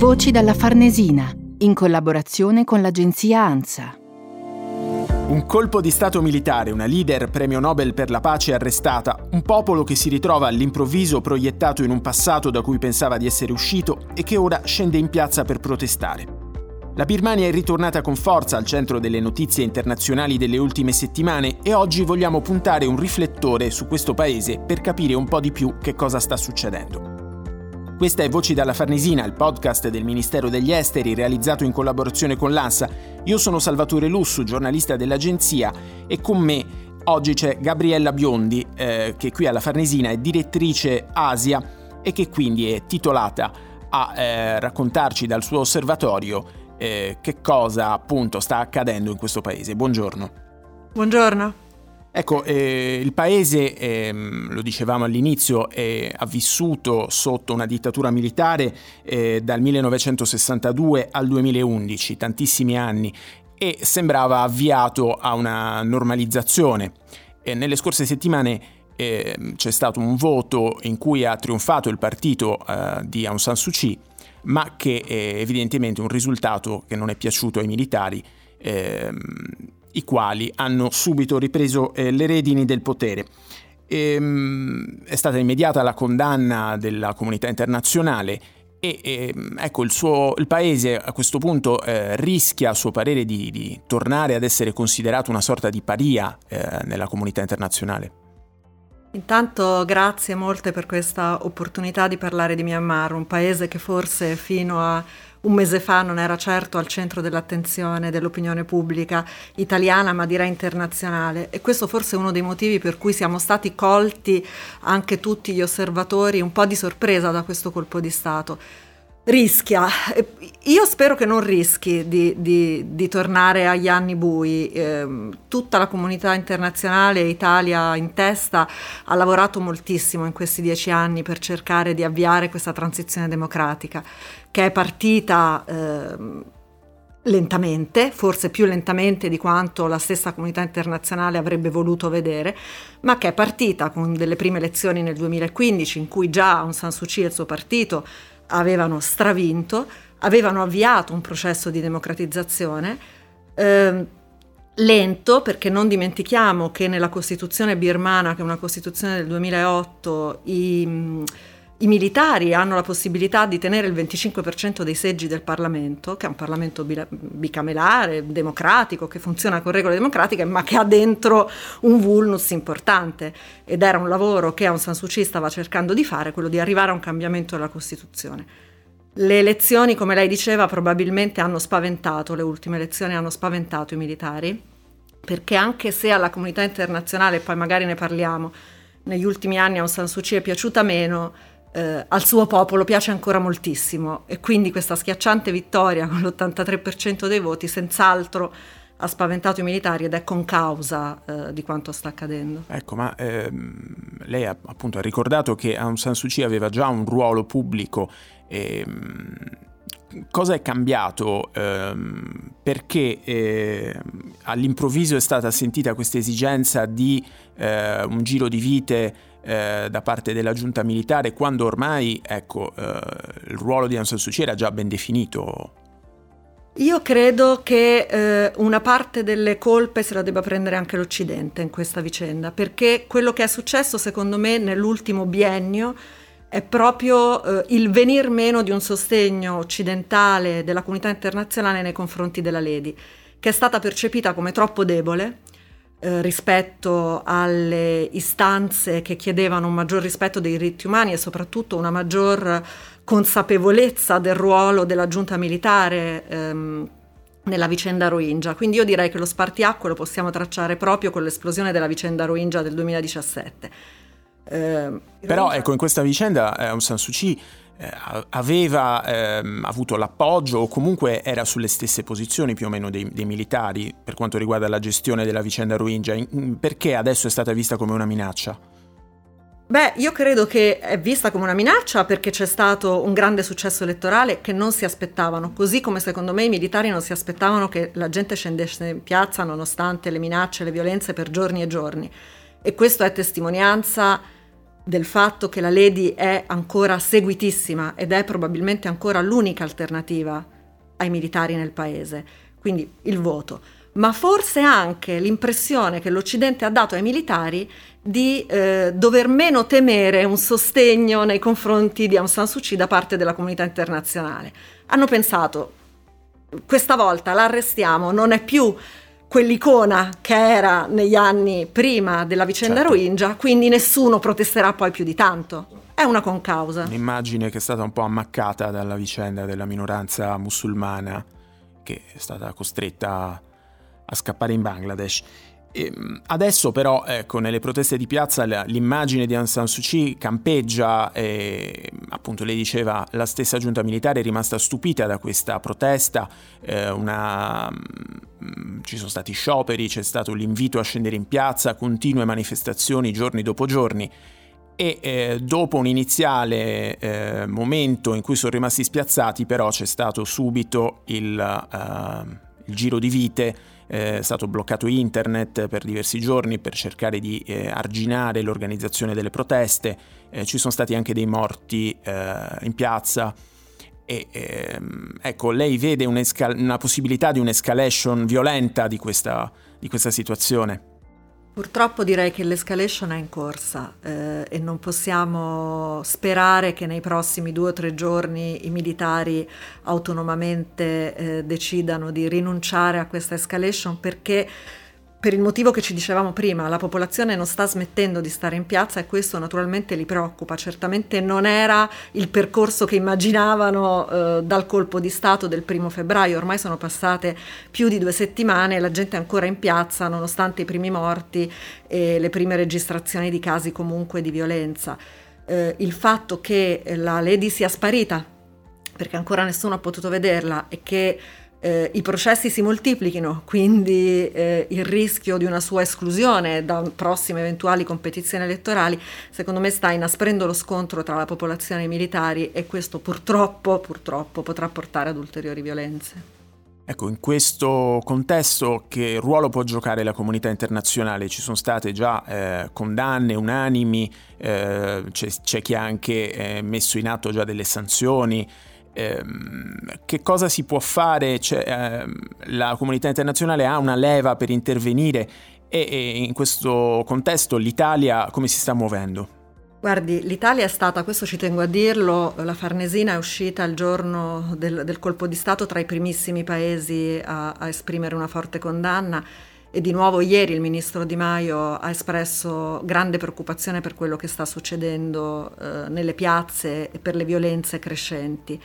Voci dalla Farnesina, in collaborazione con l'agenzia ANSA. Un colpo di stato militare, una leader premio Nobel per la pace arrestata, un popolo che si ritrova all'improvviso proiettato in un passato da cui pensava di essere uscito e che ora scende in piazza per protestare. La Birmania è ritornata con forza al centro delle notizie internazionali delle ultime settimane e oggi vogliamo puntare un riflettore su questo paese per capire un po' di più che cosa sta succedendo. Questa è Voci dalla Farnesina, il podcast del Ministero degli Esteri realizzato in collaborazione con l'ANSA. Io sono Salvatore Lussu, giornalista dell'agenzia, e con me oggi c'è Gabriella Biondi, che qui alla Farnesina è direttrice Asia e che quindi è titolata a raccontarci dal suo osservatorio che cosa appunto sta accadendo in questo paese. Buongiorno. Buongiorno. Ecco, il paese, lo dicevamo all'inizio, ha vissuto sotto una dittatura militare dal 1962 al 2011, tantissimi anni, e sembrava avviato a una normalizzazione. Nelle scorse settimane c'è stato un voto in cui ha trionfato il partito di Aung San Suu Kyi, ma che è evidentemente un risultato che non è piaciuto ai militari, i quali hanno subito ripreso le redini del potere. È stata immediata la condanna della comunità internazionale e ecco il paese a questo punto rischia, a suo parere, di tornare ad essere considerato una sorta di paria nella comunità internazionale. Intanto grazie molte per questa opportunità di parlare di Myanmar, un paese che forse fino a un mese fa non era certo al centro dell'attenzione dell'opinione pubblica italiana, ma direi internazionale, e questo forse è uno dei motivi per cui siamo stati colti anche tutti gli osservatori un po' di sorpresa da questo colpo di Stato. Rischia, io spero che non rischi di tornare agli anni bui. Tutta la comunità internazionale, Italia in testa, ha lavorato moltissimo in questi 10 anni per cercare di avviare questa transizione democratica, che è partita lentamente, forse più lentamente di quanto la stessa comunità internazionale avrebbe voluto vedere, ma che è partita con delle prime elezioni nel 2015 in cui già Aung San Suu Kyi e il suo partito avevano stravinto, avevano avviato un processo di democratizzazione lento, perché non dimentichiamo che nella Costituzione birmana, che è una Costituzione del 2008, i militari hanno la possibilità di tenere il 25% dei seggi del Parlamento, che è un Parlamento bicamerale, democratico, che funziona con regole democratiche, ma che ha dentro un vulnus importante. Ed era un lavoro che Aung San Suu Kyi stava cercando di fare, quello di arrivare a un cambiamento della Costituzione. Le elezioni, come lei diceva, probabilmente hanno spaventato, le ultime elezioni hanno spaventato i militari, perché anche se alla comunità internazionale, poi magari ne parliamo, negli ultimi anni Aung San Suu Kyi è piaciuta meno, al suo popolo piace ancora moltissimo, e quindi questa schiacciante vittoria con l'83% dei voti senz'altro ha spaventato i militari ed è concausa di quanto sta accadendo. Ecco, ma lei appunto ha ricordato che Aung San Suu Kyi aveva già un ruolo pubblico. Cosa è cambiato? Perché all'improvviso è stata sentita questa esigenza di un giro di vite da parte della giunta militare, quando ormai il ruolo di Aung San Suu Kyi era già ben definito? Io credo che una parte delle colpe se la debba prendere anche l'Occidente in questa vicenda, perché quello che è successo secondo me nell'ultimo biennio è proprio il venir meno di un sostegno occidentale della comunità internazionale nei confronti della Lady, che è stata percepita come troppo debole rispetto alle istanze che chiedevano un maggior rispetto dei diritti umani e soprattutto una maggior consapevolezza del ruolo della giunta militare nella vicenda Rohingya. Quindi io direi che lo spartiacque lo possiamo tracciare proprio con l'esplosione della vicenda Rohingya del 2017. Però ecco, in questa vicenda Aung San Suu Kyi aveva avuto l'appoggio, o comunque era sulle stesse posizioni più o meno dei militari per quanto riguarda la gestione della vicenda Rohingya. Perché adesso è stata vista come una minaccia? Beh, io credo che è vista come una minaccia perché c'è stato un grande successo elettorale che non si aspettavano, così come secondo me i militari non si aspettavano che la gente scendesse in piazza nonostante le minacce e le violenze per giorni e giorni. E questo è testimonianza del fatto che la Ledi è ancora seguitissima ed è probabilmente ancora l'unica alternativa ai militari nel paese, quindi il voto, ma forse anche l'impressione che l'Occidente ha dato ai militari di dover meno temere un sostegno nei confronti di Aung San Suu Kyi da parte della comunità internazionale. Hanno pensato, questa volta l'arrestiamo, non è più quell'icona che era negli anni prima della vicenda Rohingya, quindi nessuno protesterà poi più di tanto. È una concausa. Un'immagine che è stata un po' ammaccata dalla vicenda della minoranza musulmana che è stata costretta a scappare in Bangladesh. E adesso però, ecco, nelle proteste di piazza l'immagine di Aung San Suu Kyi campeggia e appunto lei diceva la stessa giunta militare è rimasta stupita da questa protesta, ci sono stati scioperi, c'è stato l'invito a scendere in piazza, continue manifestazioni giorni dopo giorni e dopo un iniziale momento in cui sono rimasti spiazzati però c'è stato subito il giro di vite. È stato bloccato internet per diversi giorni per cercare di arginare l'organizzazione delle proteste, ci sono stati anche dei morti in piazza e ecco, lei vede una possibilità di un'escalation violenta di questa situazione? Purtroppo direi che l'escalation è in corsa e non possiamo sperare che nei prossimi 2 o 3 giorni i militari autonomamente decidano di rinunciare a questa escalation, perché per il motivo che ci dicevamo prima, la popolazione non sta smettendo di stare in piazza e questo naturalmente li preoccupa. Certamente non era il percorso che immaginavano dal colpo di Stato del 1 febbraio, ormai sono passate più di 2 settimane e la gente è ancora in piazza nonostante i primi morti e le prime registrazioni di casi comunque di violenza. Il fatto che la Ledi sia sparita, perché ancora nessuno ha potuto vederla, e che i processi si moltiplichino, quindi il rischio di una sua esclusione da prossime eventuali competizioni elettorali, secondo me sta inasprendo lo scontro tra la popolazione e i militari e questo purtroppo potrà portare ad ulteriori violenze. Ecco, in questo contesto che ruolo può giocare la comunità internazionale? Ci sono state già condanne unanimi, c'è chi ha anche messo in atto già delle sanzioni. Che cosa si può fare? La comunità internazionale ha una leva per intervenire e in questo contesto l'Italia come si sta muovendo? Guardi, l'Italia è stata, questo ci tengo a dirlo, la Farnesina è uscita il giorno del colpo di Stato tra i primissimi paesi a esprimere una forte condanna e di nuovo ieri il ministro Di Maio ha espresso grande preoccupazione per quello che sta succedendo nelle piazze e per le violenze crescenti.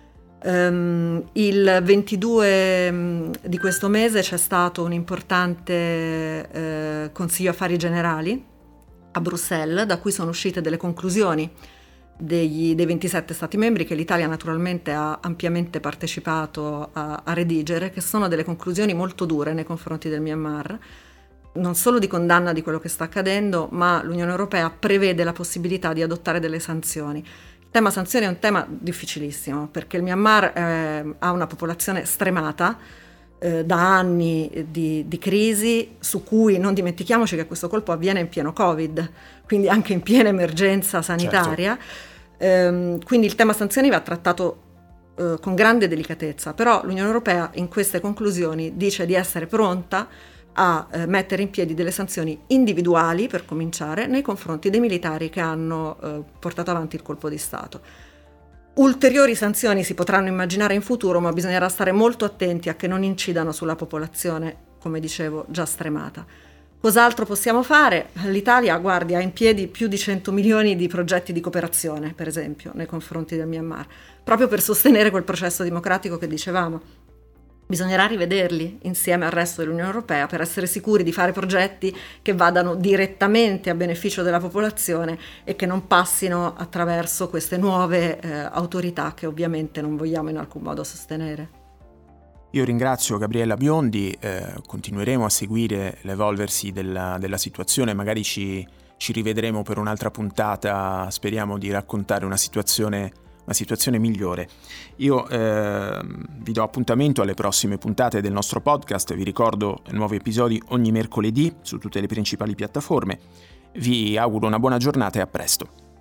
Il 22 di questo mese c'è stato un importante Consiglio Affari Generali a Bruxelles, da cui sono uscite delle conclusioni dei 27 Stati membri che l'Italia naturalmente ha ampiamente partecipato a redigere, che sono delle conclusioni molto dure nei confronti del Myanmar, non solo di condanna di quello che sta accadendo, ma l'Unione Europea prevede la possibilità di adottare delle sanzioni. Il tema sanzioni è un tema difficilissimo perché il Myanmar ha una popolazione stremata da anni di crisi, su cui non dimentichiamoci che questo colpo avviene in pieno Covid, quindi anche in piena emergenza sanitaria. Certo. Quindi il tema sanzioni va trattato con grande delicatezza, però l'Unione Europea in queste conclusioni dice di essere pronta a mettere in piedi delle sanzioni individuali, per cominciare, nei confronti dei militari che hanno portato avanti il colpo di Stato. Ulteriori sanzioni si potranno immaginare in futuro, ma bisognerà stare molto attenti a che non incidano sulla popolazione, come dicevo, già stremata. Cos'altro possiamo fare? L'Italia, guardi, ha in piedi più di 100 milioni di progetti di cooperazione, per esempio, nei confronti del Myanmar, proprio per sostenere quel processo democratico che dicevamo. Bisognerà rivederli insieme al resto dell'Unione Europea per essere sicuri di fare progetti che vadano direttamente a beneficio della popolazione e che non passino attraverso queste nuove autorità che ovviamente non vogliamo in alcun modo sostenere. Io ringrazio Gabriella Biondi, continueremo a seguire l'evolversi della situazione, magari ci rivedremo per un'altra puntata, speriamo di raccontare una situazione migliore. Io vi do appuntamento alle prossime puntate del nostro podcast, vi ricordo nuovi episodi ogni mercoledì su tutte le principali piattaforme Vi auguro una buona giornata e a presto.